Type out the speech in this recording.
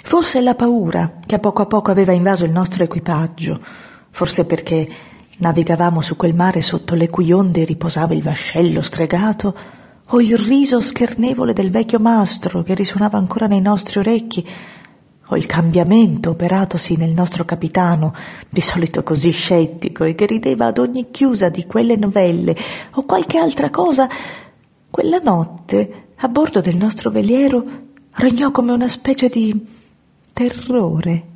Forse la paura che a poco aveva invaso il nostro equipaggio, forse perché navigavamo su quel mare sotto le cui onde riposava il vascello stregato, o il riso schernevole del vecchio mastro che risuonava ancora nei nostri orecchi, o il cambiamento operatosi nel nostro capitano, di solito così scettico e che rideva ad ogni chiusa di quelle novelle, o qualche altra cosa, quella notte, a bordo del nostro veliero, regnò come una specie di terrore